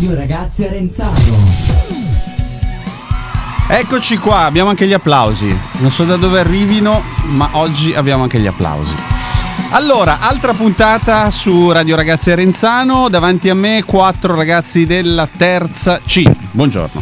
Radio Ragazzi Arenzano. Eccoci qua, abbiamo anche gli applausi. Non so da dove arrivino, ma oggi abbiamo anche gli applausi. Allora, altra puntata su Radio Ragazzi Arenzano. Davanti a me 4 ragazzi della terza C. Buongiorno.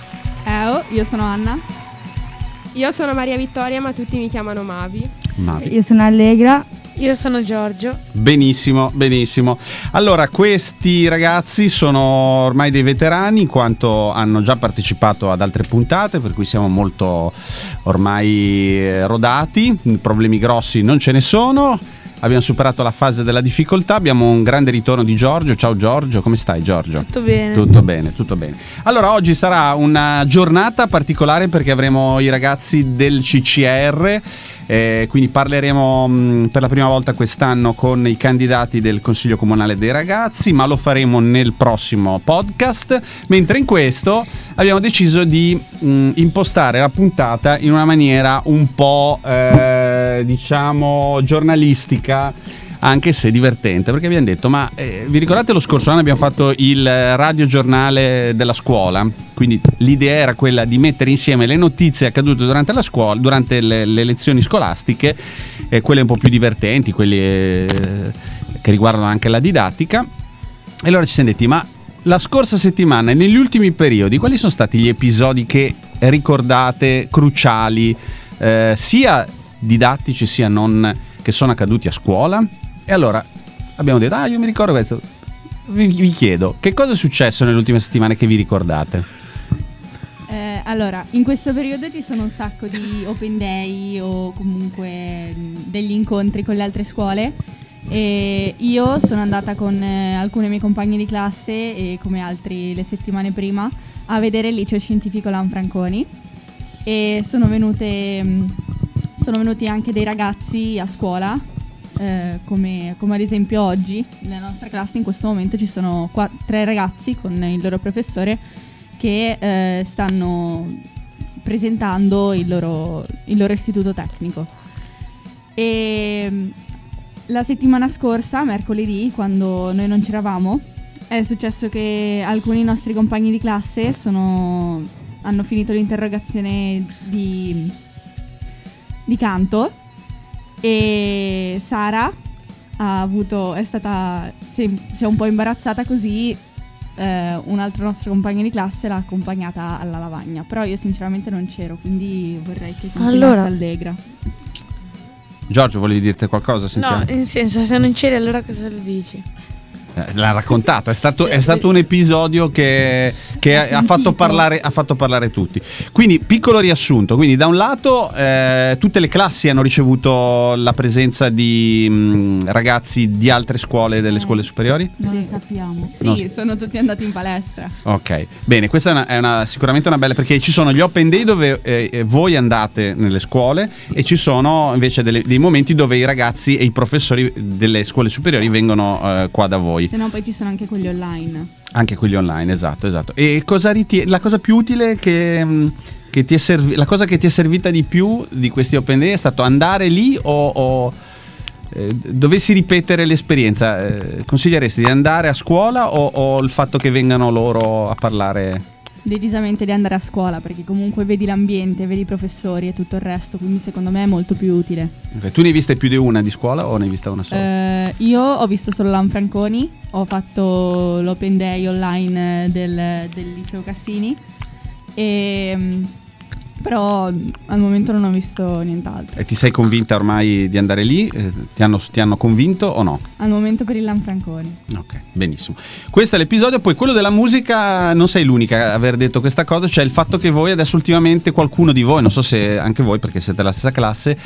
Io sono Anna. Io sono Maria Vittoria, ma tutti mi chiamano Mavi. Io sono Allegra. Io sono Giorgio. Benissimo, benissimo. Allora, questi ragazzi sono ormai dei veterani, in quanto hanno già partecipato ad altre puntate, per cui siamo molto ormai rodati. Problemi grossi non ce ne sono. Abbiamo superato la fase della difficoltà, abbiamo un grande ritorno di Giorgio. Ciao Giorgio, come stai Giorgio? Tutto bene. Tutto bene, tutto bene. Allora, oggi sarà una giornata particolare perché avremo i ragazzi del CCR, quindi parleremo per la prima volta quest'anno con i candidati del Consiglio Comunale dei Ragazzi, ma lo faremo nel prossimo podcast, mentre in questo abbiamo deciso di impostare la puntata in una maniera un po' diciamo giornalistica, anche se divertente, perché abbiamo detto vi ricordate lo scorso anno abbiamo fatto il radiogiornale della scuola, quindi l'idea era quella di mettere insieme le notizie accadute durante la scuola, durante le lezioni scolastiche, quelle un po' più divertenti, quelle che riguardano anche la didattica. E allora ci siamo detti, ma la scorsa settimana e negli ultimi periodi quali sono stati gli episodi che ricordate cruciali, sia didattici sia non, che sono accaduti a scuola? E allora abbiamo detto, io mi ricordo questo. Vi chiedo, che cosa è successo nelle ultime settimane che vi ricordate? Allora, in questo periodo ci sono un sacco di open day o comunque degli incontri con le altre scuole, e io sono andata con alcuni miei compagni di classe e come altri le settimane prima a vedere il liceo scientifico Lanfranconi, e sono venuti anche dei ragazzi a scuola, come ad esempio oggi nella nostra classe in questo momento ci sono 3 ragazzi con il loro professore che stanno presentando il loro istituto tecnico. E la settimana scorsa, mercoledì, quando noi non c'eravamo, è successo che alcuni nostri compagni di classe hanno finito l'interrogazione di canto, e Sara si è un po' imbarazzata, così un altro nostro compagno di classe l'ha accompagnata alla lavagna, però io sinceramente non c'ero, quindi vorrei che continuasse Allegra. Giorgio, volevi dirti qualcosa? Sentiamo. No, in senso, se non c'eri allora cosa lo dici? L'ha raccontato, è stato un episodio che ha fatto parlare tutti. Quindi, piccolo riassunto, quindi da un lato tutte le classi hanno ricevuto la presenza di ragazzi di altre scuole, delle scuole superiori? Non lo sappiamo. Sì, sono tutti andati in palestra. Ok, bene, questa è sicuramente una bella, perché ci sono gli open day dove voi andate nelle scuole, e ci sono invece dei momenti dove i ragazzi e i professori delle scuole superiori vengono qua da voi. Se no poi ci sono anche quelli online. Anche quelli online, esatto. E cosa la cosa più utile che ti è la cosa che ti è servita di più di questi open day è stato andare lì, o dovessi ripetere l'esperienza, consiglieresti di andare a scuola o il fatto che vengano loro a parlare? Decisamente di andare a scuola, perché comunque vedi l'ambiente, vedi i professori e tutto il resto, quindi secondo me è molto più utile. Okay. Tu ne hai viste più di una di scuola o ne hai vista una sola? Io ho visto solo Lanfranconi, ho fatto l'open day online del liceo Cassini, però al momento non ho visto nient'altro. E ti sei convinta ormai di andare lì? Ti hanno convinto o no? Al momento per il Lanfranconi. Ok, benissimo. Questo è l'episodio. Poi quello della musica, non sei l'unica a aver detto questa cosa. C'è il fatto che voi adesso ultimamente, qualcuno di voi, non so se anche voi perché siete la stessa classe,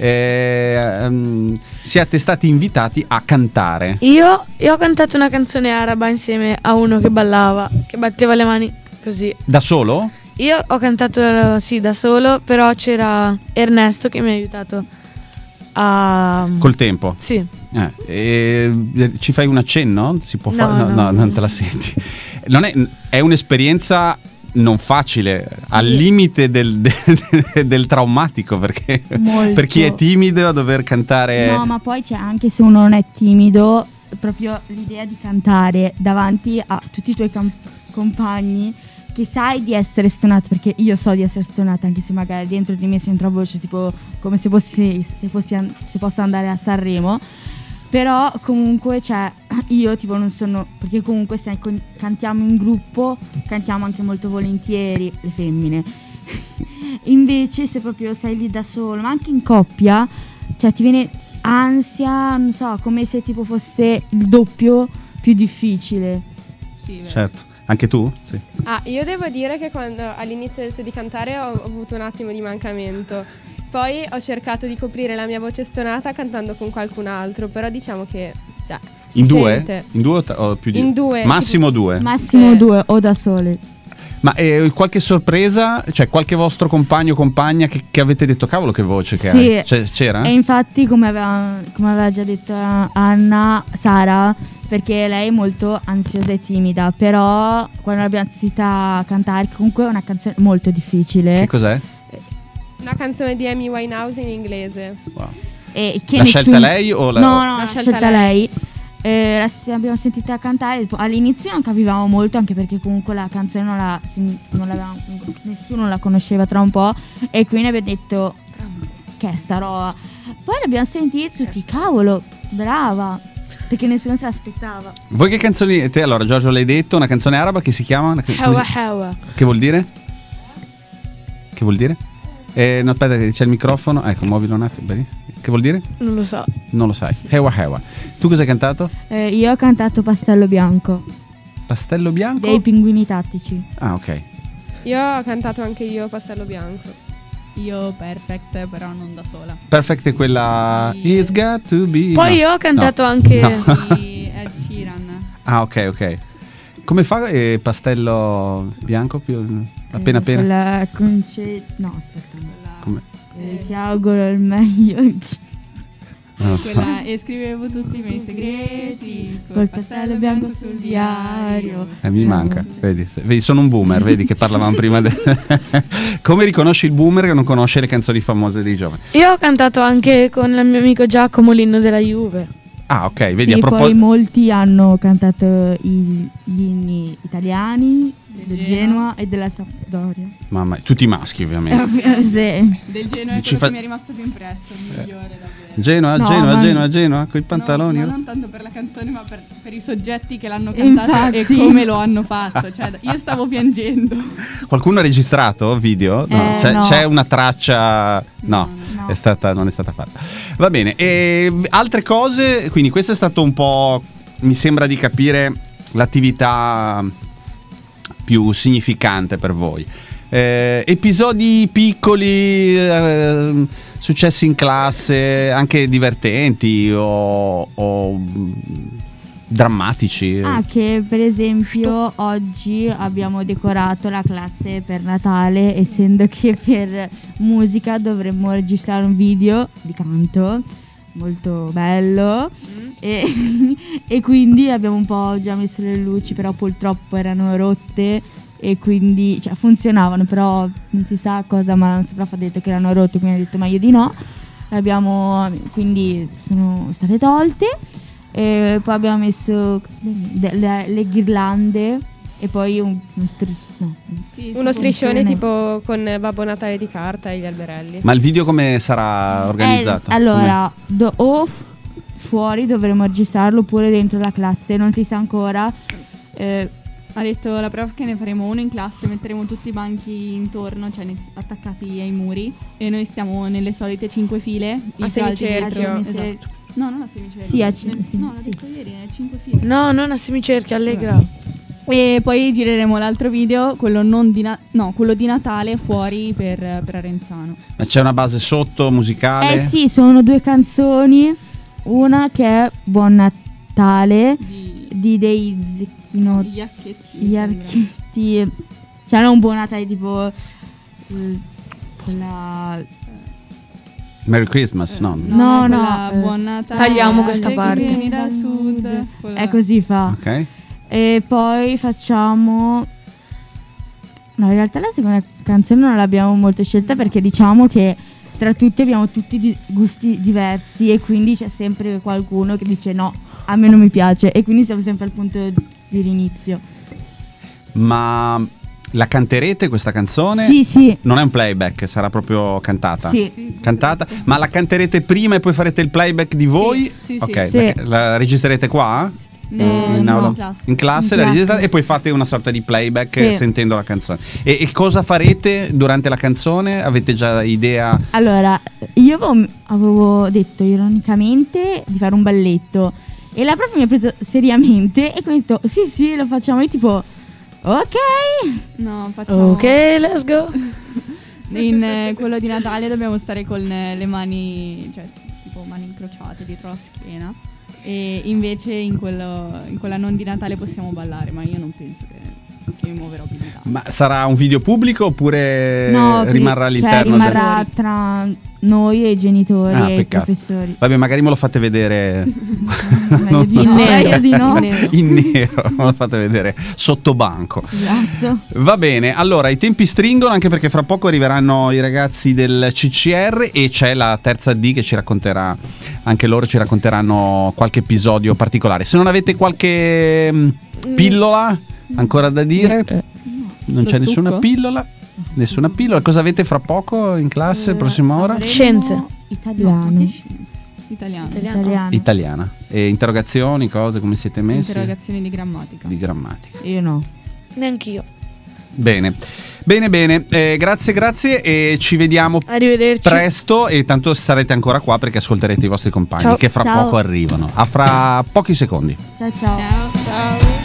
siate stati invitati a cantare. Io ho cantato una canzone araba insieme a uno che ballava, che batteva le mani così. Da solo? Io ho cantato sì da solo, però c'era Ernesto che mi ha aiutato a... Col tempo? Sì. Ci fai un accenno? Si può fare? No, non te la senti. È un'esperienza non facile, sì, al limite del traumatico, perché per chi è timido a dover cantare. No, ma poi c'è, anche se uno non è timido, proprio l'idea di cantare davanti a tutti i tuoi compagni che sai di essere stonato, perché io so di essere stonata, anche se magari dentro di me sento la voce tipo come se posso andare a Sanremo, però comunque cioè io tipo non sono, perché comunque se cantiamo in gruppo cantiamo anche molto volentieri le femmine. Invece se proprio sei lì da solo, ma anche in coppia, cioè ti viene ansia, non so, come se tipo fosse il doppio più difficile. Sì, vero. Certo. Anche tu? Sì. Io devo dire che quando all'inizio ho detto di cantare ho avuto un attimo di mancamento. Poi ho cercato di coprire la mia voce stonata cantando con qualcun altro, però diciamo che si In due? sente. In due o più di In due. Massimo due. Massimo Sì. 2 o da sole. Ma qualche sorpresa? Cioè qualche vostro compagno o compagna che avete detto cavolo che voce che Sì. hai? C'era? E infatti come aveva già detto Anna, Sara, perché lei è molto ansiosa e timida, però quando l'abbiamo sentita cantare, comunque è una canzone molto difficile. Che cos'è? Una canzone di Amy Winehouse in inglese. Wow. E che L'ha scelta lei o la... No, L'ha l'ha scelta scelta lei. L'abbiamo sentita cantare, all'inizio non capivamo molto, anche perché comunque la canzone nessuno la conosceva tra un po', e quindi abbiamo detto che è sta roba. Poi l'abbiamo sentita tutti, cavolo, brava, perché nessuno se l'aspettava. Voi che canzoni... Te allora Giorgio l'hai detto, una canzone araba che si chiama... Hawa Hawa. Che vuol dire? Che vuol dire? No, aspetta che c'è il microfono. Ecco, muovilo un attimo. Bene. Che vuol dire? Non lo so. Non lo sai. Hewa Hewa. Tu cosa hai cantato? Io ho cantato Pastello Bianco Pastello bianco? dei Pinguini Tattici. Ah, ok. Io ho cantato anche io Pastello Bianco. Io Perfect, però non da sola. Perfect è quella... Sì. It's got to be... Poi no. io ho cantato No. anche No. Di Ed Sheeran. Ah, ok. Come fa pastello bianco? Appena. Quella no, aspetta. Come? Ti auguro il meglio. Non lo so. Quella, e scrivevo tutti i miei segreti Col pastello bianco sul diario. Mi manca, vedi, sono un boomer, vedi che parlavamo prima. Come riconosci il boomer che non conosce le canzoni famose dei giovani? Io ho cantato anche con il mio amico Giacomo l'inno della Juve. Ah, ok, vedi, Sì, a poi proposito... molti hanno cantato gli inni italiani del Genoa e della Sampdoria. Mamma, tutti maschi ovviamente. Sì. Del Genoa è Ci quello fa- che mi è rimasto più impresso, il migliore davvero. Genoa, No, Genoa, coi pantaloni. No, non tanto per la canzone, ma per i soggetti che l'hanno cantata e Infatti. come lo hanno fatto. Cioè, io stavo piangendo. Qualcuno ha registrato video? No, no. c'è una traccia... No, no. non è stata fatta. Va bene, e altre cose, quindi questo è stato un po', mi sembra di capire, l'attività più significante per voi. Episodi piccoli, successi in classe, anche divertenti o drammatici. Che per esempio oggi abbiamo decorato la classe per Natale, essendo che per musica dovremmo registrare un video di canto molto bello e quindi abbiamo un po' già messo le luci, però purtroppo erano rotte e quindi funzionavano, però non si sa cosa, ma il prof ha detto che erano rotte, quindi ho detto meglio di no. Quindi sono state tolte. E poi abbiamo messo le ghirlande e poi Uno striscione tipo con Babbo Natale di carta e gli alberelli. Ma il video come sarà organizzato? Allora, fuori dovremo registrarlo oppure dentro la classe, non si sa ancora. Ha detto la prof che ne faremo uno in classe, metteremo tutti i banchi intorno, cioè attaccati ai muri, e noi stiamo nelle solite 5 file. A semicerchio. Esatto. No, non a semicerchio. Sì, No, l'ho detto ieri, nelle 5 file. No, non a semicerchio, allegra. E poi gireremo l'altro video, quello quello di Natale fuori per Arenzano. Ma c'è una base sotto musicale? Sì, sono 2 canzoni, una che è Buon Natale di dei Zecchino Gli Iacchetti. gli archetti, cioè non un Buon Natale tipo quella Merry Christmas, no? No, quella no, Buon Natale. tagliamo questa che parte. vieni dal sud. Quella- è così fa. Ok. E poi facciamo in realtà la seconda canzone non l'abbiamo molto scelta perché diciamo che tra tutti abbiamo tutti gusti diversi e quindi c'è sempre qualcuno che dice no, a me non mi piace, e quindi siamo sempre al punto di rinizio. Ma la canterete questa canzone? Sì. Non è un playback, sarà proprio cantata? Sì. Cantata? Ma la canterete prima e poi farete il playback di voi? Sì. Ok, Sì. la registrerete qua? No, aula? in classe. In classe In la classe. registrate e poi fate una sorta di playback Sì. sentendo la canzone. E cosa farete durante la canzone? Avete già idea? Allora, io avevo detto ironicamente di fare un balletto e la prof mi ha preso seriamente e quindi ho detto sì, lo facciamo. Io tipo, ok. No, facciamo. Ok, let's go. In quello di Natale dobbiamo stare con le mani, cioè tipo mani incrociate dietro la schiena. E invece in quella non di Natale possiamo ballare, ma io non penso che mi muoverò più di tanto. Ma sarà un video pubblico oppure No, rimarrà all'interno rimarrà tra noi e i genitori e i peccato. professori. Vabbè, magari me lo fate vedere Meglio di no, meglio di no. in nero, me lo fate vedere sotto banco. Esatto. Va bene, allora i tempi stringono anche perché fra poco arriveranno i ragazzi del CCR e c'è la terza D che ci racconterà, anche loro ci racconteranno qualche episodio particolare. Se non avete qualche pillola ancora da dire, non c'è nessuna pillola. Nessuna pillola. Cosa avete fra poco in classe, prossima ora? Avremo Scienze. Italiano. Italiano. Italiana. E interrogazioni, cose, come siete messi? Interrogazioni di grammatica. Di grammatica. Io no. Neanch'io. Bene. Grazie e ci vediamo Arrivederci. presto e tanto sarete ancora qua perché ascolterete i vostri compagni Ciao. che fra Ciao. poco arrivano. A fra pochi secondi. Ciao. Ciao.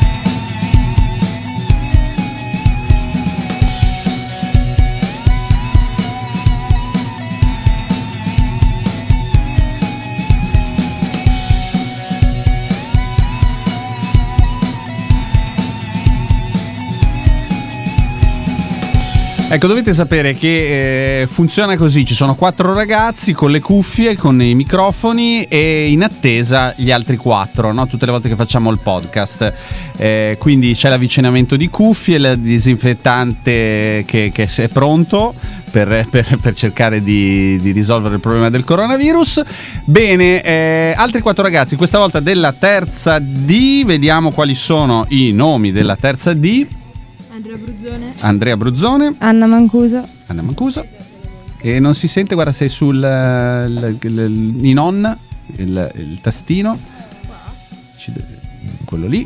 Ecco, dovete sapere che funziona così, ci sono 4 ragazzi con le cuffie, con i microfoni e in attesa gli altri 4, no? Tutte le volte che facciamo il podcast. Quindi c'è l'avvicinamento di cuffie, il disinfettante che è pronto per cercare di risolvere il problema del coronavirus. Bene, altri 4 ragazzi, questa volta della terza D, vediamo quali sono i nomi della terza D. Andrea Bruzzone, Anna Mancuso. Anna Mancuso. E non si sente, guarda, sei sul in on il tastino. Quello lì.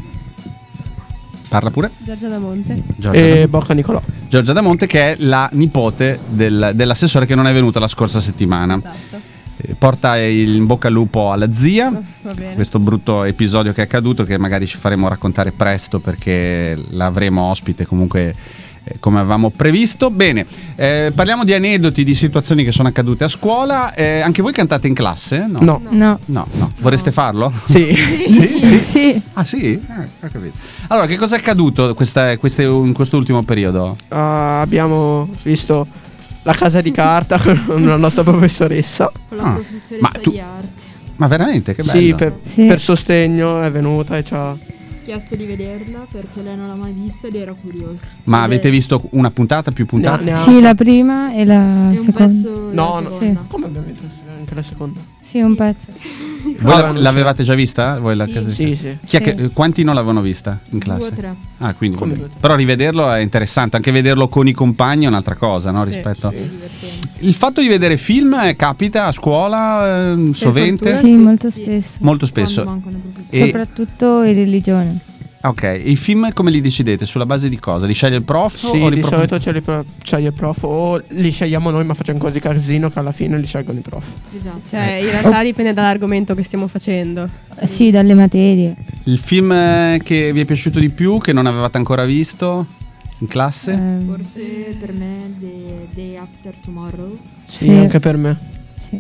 Parla pure. Giorgia Damonte. E Bocca Nicolò. Giorgia Damonte, che è la nipote dell'assessore che non è venuta la scorsa settimana. Esatto. Porta in bocca al lupo alla zia. Va bene. Questo brutto episodio che è accaduto, che magari ci faremo raccontare presto perché l'avremo ospite comunque come avevamo previsto. Bene, parliamo di aneddoti, di situazioni che sono accadute a scuola. Anche voi cantate in classe? No. No. Vorreste farlo? Sì. Sì? Sì. Ah sì? Ho capito. Allora, che cosa è accaduto in quest'ultimo periodo? Abbiamo visto La casa di carta con la nostra professoressa. Con la Ah, professoressa ma tu- di arte. Ma veramente? Che bello. Sì, Sì. per sostegno è venuta e ci ha... Chiesto di vederla perché lei non l'ha mai vista ed era curiosa. Ma Ed avete è- visto una puntata, più puntate? Neanche. Sì, la prima e la È un seconda. pezzo No, della no. seconda. Come abbiamo visto anche la seconda? Sì, un pezzo. Voi Ah, non l'avevate già vista? Voi la Sì. casa di- Sì, sì. Chi è Sì. quanti non l'avevano vista in classe? 2 o 3. Ah, quindi Come vabbè. due o tre? Però rivederlo è interessante, anche vederlo con i compagni è un'altra cosa, no? Sì, Rispetto. È divertente. Il fatto di vedere film capita a scuola sovente? fortuna. Sì, Sì. molto Sì. spesso. Molto spesso. Quando mancano i professori. E- Soprattutto in religione. Ok, i film come li decidete? Sulla base di cosa? Li sceglie il prof? Sì, o li di propone- solito sceglie il prof o li scegliamo noi, ma facciamo così casino che alla fine li scelgono i prof. Esatto. Cioè, in realtà dipende dall'argomento che stiamo facendo. Sì, dalle materie. Il film che vi è piaciuto di più, che non avevate ancora visto in classe? Forse per me The Day After Tomorrow. Sì, Sì. anche per me. Sì.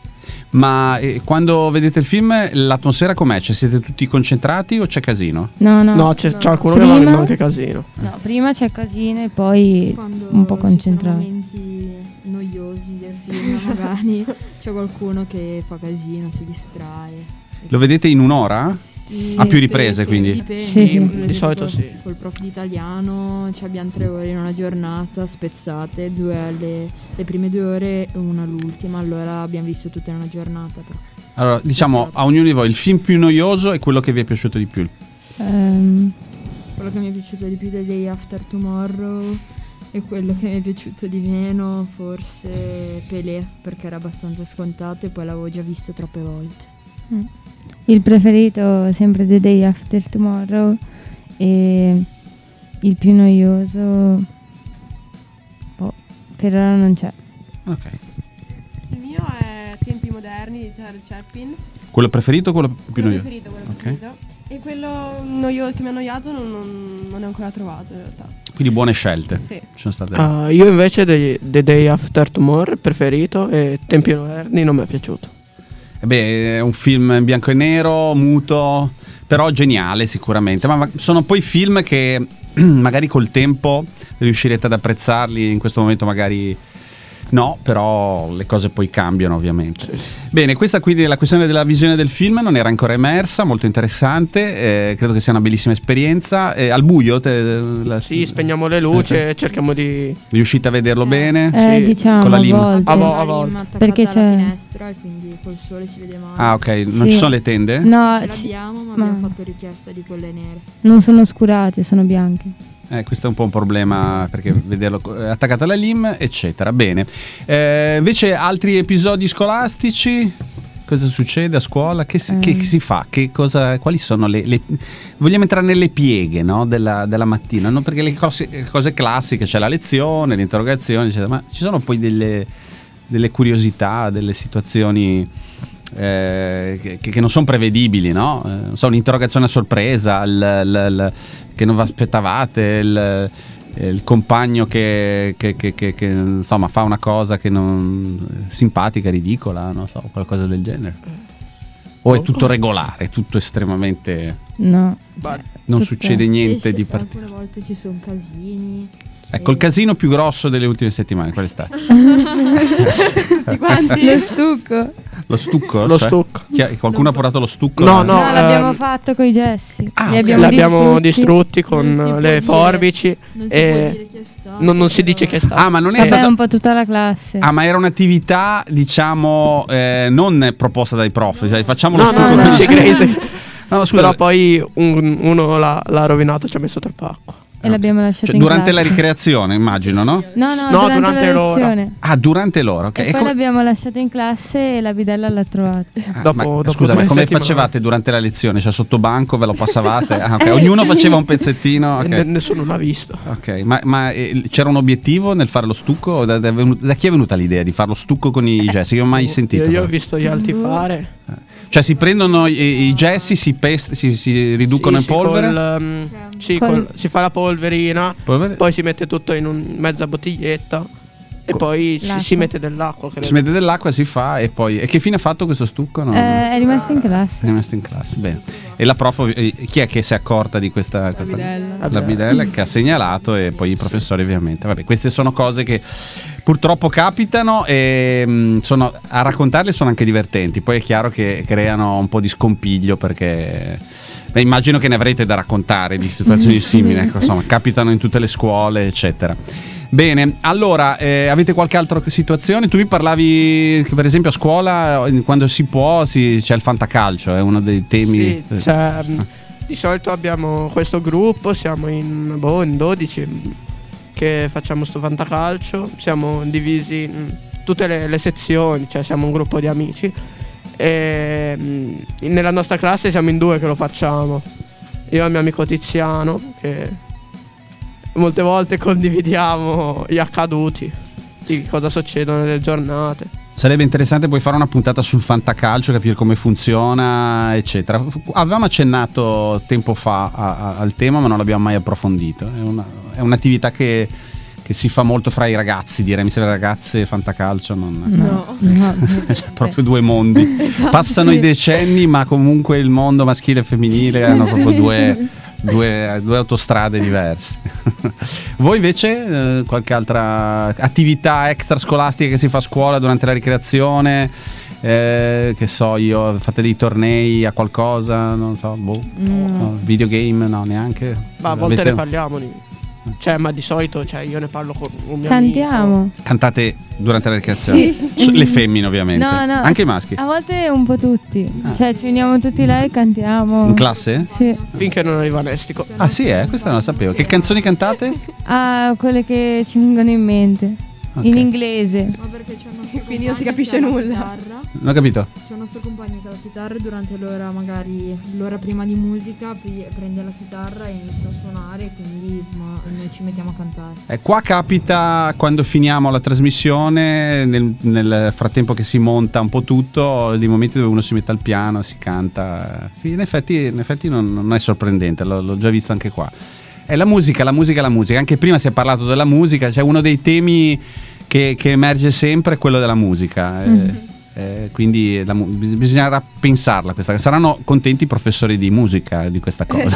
Ma quando vedete il film l'atmosfera com'è? Cioè siete tutti concentrati o c'è casino? No, no. No, c'è qualcuno che Prima- va anche casino. No, prima c'è casino e poi Quando un po' ci sono concentrato. momenti noiosi del film, magari c'è qualcuno che fa casino, si distrae. Lo vedete in un'ora? Sì, A più riprese, quindi? Dipende. Sì, sì. Per Di esempio solito sì. Col prof di italiano abbiamo 3 ore in una giornata spezzate, 2 le prime 2 ore e una l'ultima, allora abbiamo visto tutte in una giornata. Però. Allora, diciamo a ognuno di voi il film più noioso è quello che vi è piaciuto di più. Quello che mi è piaciuto di più The Day After Tomorrow, e quello che mi è piaciuto di meno forse Pelé, perché era abbastanza scontato e poi l'avevo già visto troppe volte. Il preferito sempre The Day After Tomorrow, e il più noioso per ora non c'è. Ok. Il mio è Tempi moderni di Charlie Chaplin. Quello preferito o quello più noioso? Quello Ok. preferito. E quello che mi ha annoiato non è ancora trovato in realtà. Quindi buone scelte. Sì. Ci sono state. Io invece The Day After Tomorrow preferito, e Tempi moderni non mi è piaciuto. È un film in bianco e nero, muto, però geniale sicuramente. Ma sono poi film che magari col tempo riuscirete ad apprezzarli, in questo momento magari no, però le cose poi cambiano ovviamente. Bene, questa quindi è la questione della visione del film, non era ancora emersa, molto interessante, credo che sia una bellissima esperienza. Al buio? Sì, spegniamo le luci e cerchiamo di... Riuscite a vederlo bene? Sì. Diciamo con la a lim. volte. A volte. Attaccata Perché alla c'è- finestra e quindi col sole si vede male. Ah, ok, non Sì. ci sono le tende? No, Ce l'abbiamo, ma abbiamo fatto richiesta di quelle nere. non sono oscurate, sono bianche. Questo è un po' un problema, perché vederlo attaccato alla lim, eccetera. Bene. Invece altri episodi scolastici? Cosa succede a scuola? Che si fa? Quali sono le vogliamo entrare nelle pieghe, no? della mattina, no? Perché le cose classiche, c'è la lezione, l'interrogazione, eccetera, ma ci sono poi delle curiosità, delle situazioni che non sono prevedibili, no? Non so, un'interrogazione a sorpresa, che non vi aspettavate, il compagno che insomma fa una cosa che non simpatica, ridicola, non so, qualcosa del genere. O è tutto regolare, tutto estremamente... No. Non succede niente di particolare. Alcune volte ci sono casini. Ecco, il casino più grosso delle ultime settimane, qual è stato? Tutti quanti. Lo stucco. Lo stucco? Lo Cioè, stucco. Qualcuno ha portato lo stucco? No, No, l'abbiamo fatto con i gessi. Li L'abbiamo distrutti con Non si può le dire. forbici. Non si può dire chi è stato. Non si dice che è stato. Ah, ma non è Vabbè, stato... un po' tutta la classe. Ah, ma era un'attività, diciamo, non proposta dai prof, cioè, facciamo lo No, stucco no, con no, i- segreti. No, scusa, Però poi uno l'ha rovinato, ci ha messo troppa acqua. E l'abbiamo lasciato cioè, in durante classe. la ricreazione, immagino, no? No, No, durante durante la l'ora. lezione. Ah, durante l'ora, ok. E poi l'abbiamo lasciato in classe e la bidella l'ha trovato. Dopo Scusa, ma 3 come settimane. facevate durante la lezione? Cioè, sotto banco ve lo passavate? Ah, ok. Ognuno faceva un pezzettino. ok. Nessuno l'ha visto. Ok, ma c'era un obiettivo nel fare lo stucco? Da chi è venuta l'idea di fare lo stucco con i gessi? Io non ho mai sentito. Io ho visto gli altri fare. Cioè, si prendono i gessi, si riducono in polvere? Si fa la polverina, Polvere? poi si mette tutto in mezza bottiglietta e poi si mette dell'acqua. Credo. Si mette dell'acqua, si fa e poi... E che fine ha fatto questo stucco? No? È rimasto in classe. È rimasto in classe, bene. E la prof, chi è che si è accorta di questa bidella. La bidella che ha segnalato, e poi i professori ovviamente. Vabbè, queste sono cose che purtroppo capitano e a raccontarle sono anche divertenti. Poi è chiaro che creano un po' di scompiglio, perché immagino che ne avrete da raccontare di situazioni simili, ecco, insomma, capitano in tutte le scuole, eccetera. Bene, allora, avete qualche altra situazione? Tu mi parlavi che per esempio a scuola, quando si può, c'è il fantacalcio, è uno dei temi. Sì, cioè, di solito abbiamo questo gruppo, siamo in 12 che facciamo sto fantacalcio, siamo divisi in tutte le sezioni, cioè siamo un gruppo di amici e nella nostra classe siamo in 2 che lo facciamo. Io e il mio amico Tiziano, che molte volte condividiamo gli accaduti, di cosa succedono nelle giornate. Sarebbe interessante poi fare una puntata sul fantacalcio, capire come funziona, eccetera. Avevamo accennato tempo fa al tema, ma non l'abbiamo mai approfondito. È un'attività che si fa molto fra i ragazzi, direi. Mi sembra ragazze e fantacalcio No. cioè, proprio due mondi. Esatto, Passano sì. i decenni, ma comunque il mondo maschile e femminile hanno proprio due autostrade diverse. Voi invece qualche altra attività extrascolastica che si fa a scuola durante la ricreazione? Che so io, fate dei tornei a qualcosa? Non so, no, videogame? No, neanche. Ma a volte ne parliamo Cioè, ma di solito, cioè, io ne parlo con un mio Cantiamo. amico. Cantate durante la recreazione? Le femmine ovviamente. No, no. Anche i maschi. A volte un po' tutti. Cioè ci uniamo tutti là e cantiamo. In classe? Sì. Finché non arriva Nestico. Ah sì, questa non la sapevo. Che canzoni cantate? Ah, quelle che ci vengono in mente. Ok. In inglese. Ma perché c'è un nostro Quindi non si compagno capisce che ha la nulla. chitarra. Non ho capito. C'è un nostro compagno che ha la chitarra e durante l'ora, magari l'ora prima di musica, prende la chitarra e inizia a suonare, quindi noi ci mettiamo a cantare. Qua capita quando finiamo la trasmissione, nel frattempo che si monta un po' tutto, dei momenti dove uno si mette al piano, si canta. Sì, in effetti non è sorprendente, l'ho già visto anche qua. È la musica. Anche prima si è parlato della musica, c'è uno dei temi che emerge sempre, è quello della musica. Quindi bisognerà pensarla questa. Saranno contenti i professori di musica di questa cosa.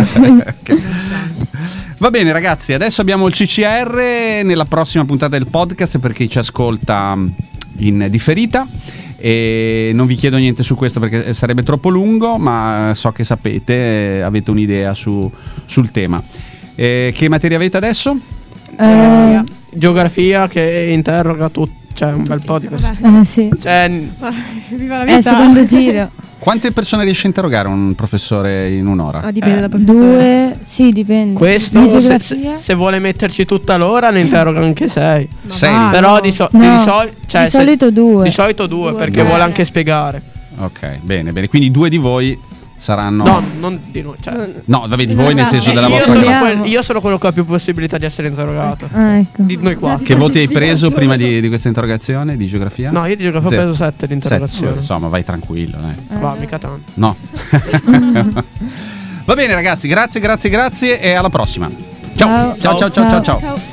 Va bene ragazzi, adesso abbiamo il CCR nella prossima puntata del podcast per chi ci ascolta in differita. E non vi chiedo niente su questo perché sarebbe troppo lungo, ma so che sapete, avete un'idea sul tema. Che materia avete adesso? Geografia che interroga tutti. Cioè un bel po' di questo. Sì. Cioè, Viva la È il vita. secondo giro. Quante persone riesce a interrogare un professore in un'ora? Ah, dipende dal professore. 2, sì, dipende. questo Di se, geografia? se vuole metterci tutta l'ora ne interroga anche 6. Sei? Però di solito 2. Di solito 2 perché vuole anche spiegare. Ok, bene. Quindi 2 di voi saranno... No, non di noi. Cioè, No, vabbè, di voi nel senso della io, vostra... Vogliamo. io sono quello che ha più possibilità di essere interrogato. Ah, ecco. Di noi 4. Che voti hai preso prima di questa interrogazione di geografia? No, io di geografia ho Zero. preso 7 di interrogazione. Sette. Insomma, vai tranquillo. Va, mica tanto. No. Va bene ragazzi, grazie e alla prossima. Ciao. Ciao. Ciao.